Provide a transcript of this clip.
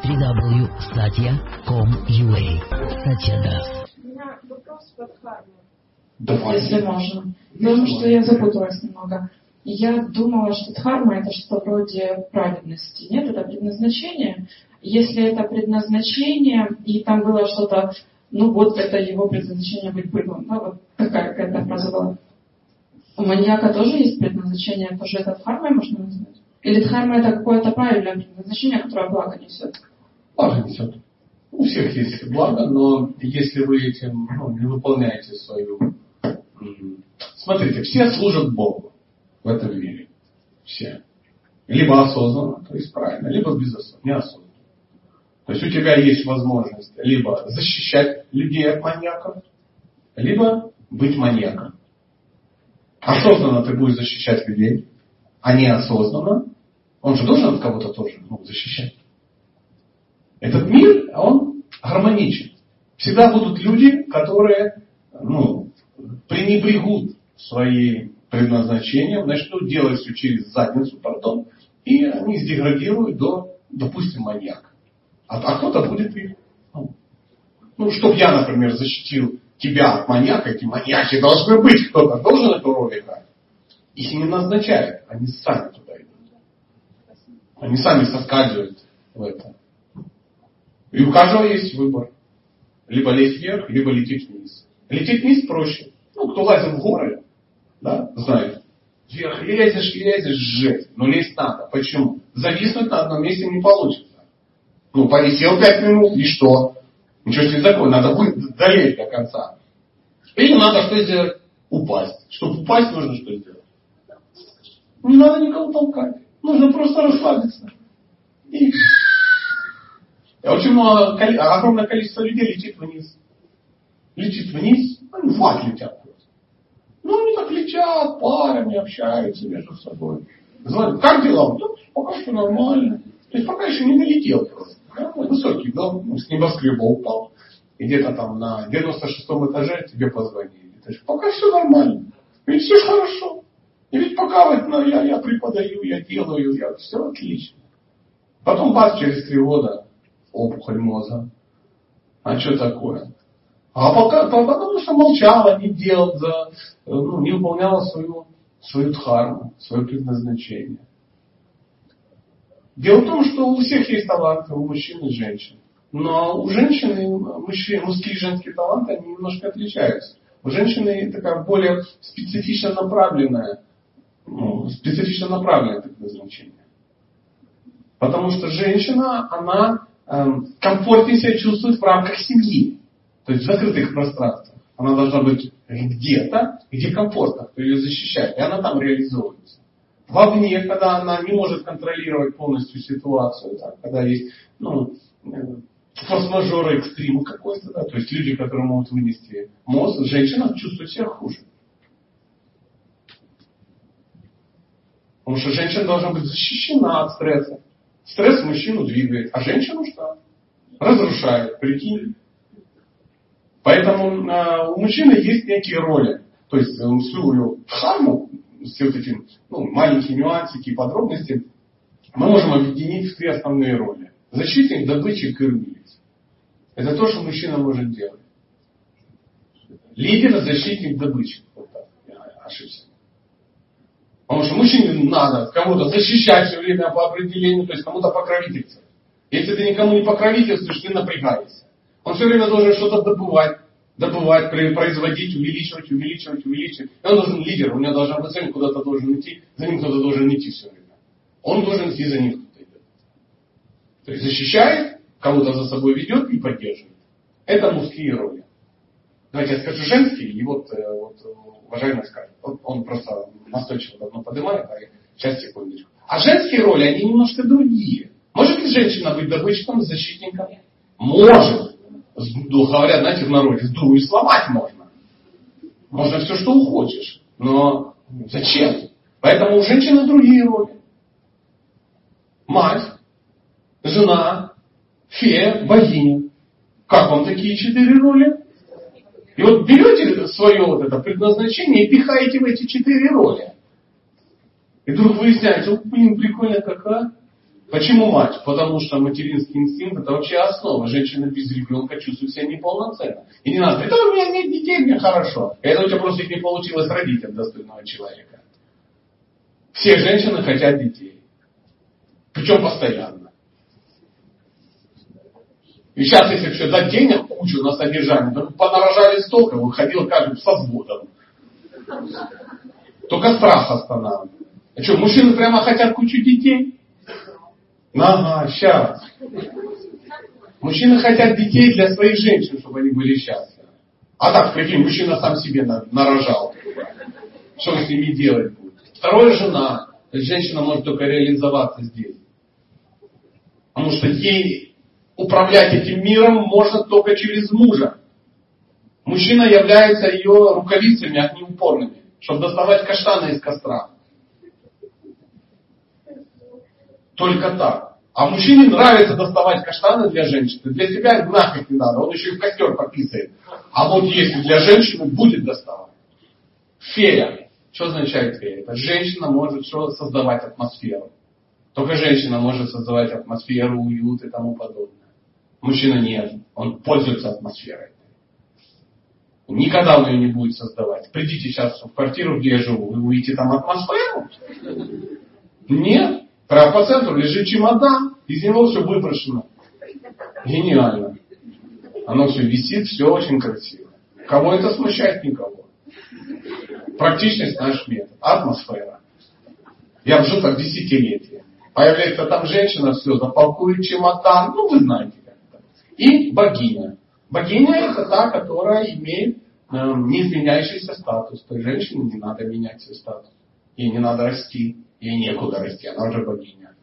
www.satya.com.ua Satya Das. У меня вопрос по дхарме. Давай. Если можно. Потому что я запуталась немного. Я думала, что дхарма это что-то вроде праведности. Нет, это предназначение. Если это предназначение, и там было что-то, ну вот это его предназначение быть быдлом. Да, вот такая какая-то фраза была. У маньяка тоже есть предназначение, тоже это дхармой можно назвать? Или дхарма это какое-то правильное предназначение, которое благо несет? Благо несет. У всех есть благо, но если вы этим не выполняете свою... Смотрите, все служат Богу в этом мире. Все. Либо осознанно, то есть правильно, либо неосознанно. То есть у тебя есть возможность либо защищать людей от маньяков, либо быть маньяком. Осознанно ты будешь защищать людей, а неосознанно он же должен от кого-то тоже защищать. Этот мир, он гармоничен. Всегда будут люди, которые пренебрегут своим предназначением, начнут делать все через задницу, и они сдеградируют до, допустим, маньяка. А кто-то будет их. Чтоб я, например, защитил тебя от маньяка, эти маньяки должны быть, кто-то должен эту роль играть. Их не назначают, они сами туда идут. Они сами соскальзывают в это. И у каждого есть выбор. Либо лезть вверх, либо лететь вниз. Лететь вниз проще. Кто лазит в горы, да, знает. Вверх лезешь, жесть. Но лезть надо. Почему? Зависнуть на одном месте не получится. Повисел 5 минут, и что? Ничего себе такое, надо будет долезть до конца. Или надо что сделать? Упасть. Чтобы упасть, нужно что сделать? Не надо никого толкать. Нужно просто расслабиться. И очень огромное количество людей летит вниз. Летит вниз, они в ад летят просто. Они так летят, парами общаются между собой. Звонят, как дела? Пока что нормально. То есть пока еще не долетел просто. Высокий дом, с небоскреба упал. И где-то там на 96-м этаже тебе позвонили. То есть пока все нормально. Ведь все хорошо. И ведь пока я преподаю, я делаю, все отлично. Потом бац, через 3 года опухоль мозга. А что такое? А потому что молчала, не делала, не выполняла свою дхарму, свое предназначение. Дело в том, что у всех есть таланты, у мужчин и женщин. Но у женщины, мужские и женские таланты, они немножко отличаются. У женщины такая более специфично направленное предназначение. Потому что женщина, она комфортнее себя чувствует в рамках семьи. То есть в закрытых пространствах. Она должна быть где-то, где комфортно, кто ее защищает. И она там реализуется. Вовне, когда она не может контролировать полностью ситуацию, когда есть форс-мажоры, экстримы какой-то, то есть люди, которые могут вынести мозг, женщина чувствует себя хуже. Потому что женщина должна быть защищена от стресса. Стресс мужчину двигает, а женщину что? Разрушает, прикинь. Поэтому у мужчины есть некие роли. То есть всю ее дхарму, все вот эти маленькие нюансики и подробности, мы можем объединить в 3 основные роли. Защитник, добытчик, кормилец. Это то, что мужчина может делать. Лидер, защитник, добытчик. Вот так. Я ошибся. Потому что мужчине надо кого-то защищать все время по определению, то есть кому-то покровительствовать. Если ты никому не покровительствуешь, ты напрягаешься. Он все время должен что-то добывать, производить, увеличивать. И он должен лидер, у него должна быть цель, куда-то должен идти, за ним кто-то должен идти все время. Он должен идти, за ним кто-то идет. То есть защищает, кого-то за собой ведет и поддерживает. Это мужские роли. Давайте я скажу женские, и уважаемый скажет. Он просто настойчиво давно поднимает, сейчас секундочку. А женские роли, они немножко другие. Может ли женщина быть добытчиком, защитником? Может. Говорят, знаете, в народе, сдуру и сломать можно. Можно все, что хочешь. Но зачем? Поэтому у женщины другие роли. Мать, жена, фея, богиня. Как вам такие 4 роли? И берете свое это предназначение и пихаете в эти 4 роли. И вдруг выясняется, прикольно какая. Почему мать? Потому что материнский инстинкт — это вообще основа. Женщина без ребенка чувствует себя неполноценно. И не надо говорить: да у меня нет детей, мне хорошо. Это у тебя просто их не получилось родить от достойного человека. Все женщины хотят детей. Причем постоянно. И сейчас, если все дать денег кучу на содержание, то понарожали столько, выходило каждый со взводом. Только страх останавливает. А что, мужчины прямо хотят кучу детей? Ага, сейчас. Мужчины хотят детей для своих женщин, чтобы они были счастливы. А так, прикинь, мужчина сам себе нарожал. Что он с ними делать будет? Второе — жена. То есть женщина может только реализоваться здесь. Потому что ей управлять этим миром можно только через мужа. Мужчина является ее рукавицами огнеупорными, чтобы доставать каштаны из костра. Только так. А мужчине нравится доставать каштаны для женщины. Для себя нафиг не надо. Он еще и в костер пописает. А вот если для женщины, будет доставать. Фея. Что означает фея? Это женщина может что создавать атмосферу. Только женщина может создавать атмосферу, уют и тому подобное. Мужчина нет. Он пользуется атмосферой. Никогда он ее не будет создавать. Придите сейчас в квартиру, где я живу, вы увидите там атмосферу? Нет. Прямо по центру лежит чемодан, из него все выброшено. Гениально. Оно все висит, все очень красиво. Кого это смущает? Никого. Практичность — наш метод. Атмосфера. Я живу так десятилетия. Появляется там женщина, все, запакует чемодан. Ну, вы знаете как это. И богиня. Богиня — это та, которая имеет неизменяющийся статус. То есть женщине не надо менять свой статус. Ей не надо расти. Ей некуда расти, она уже богиня.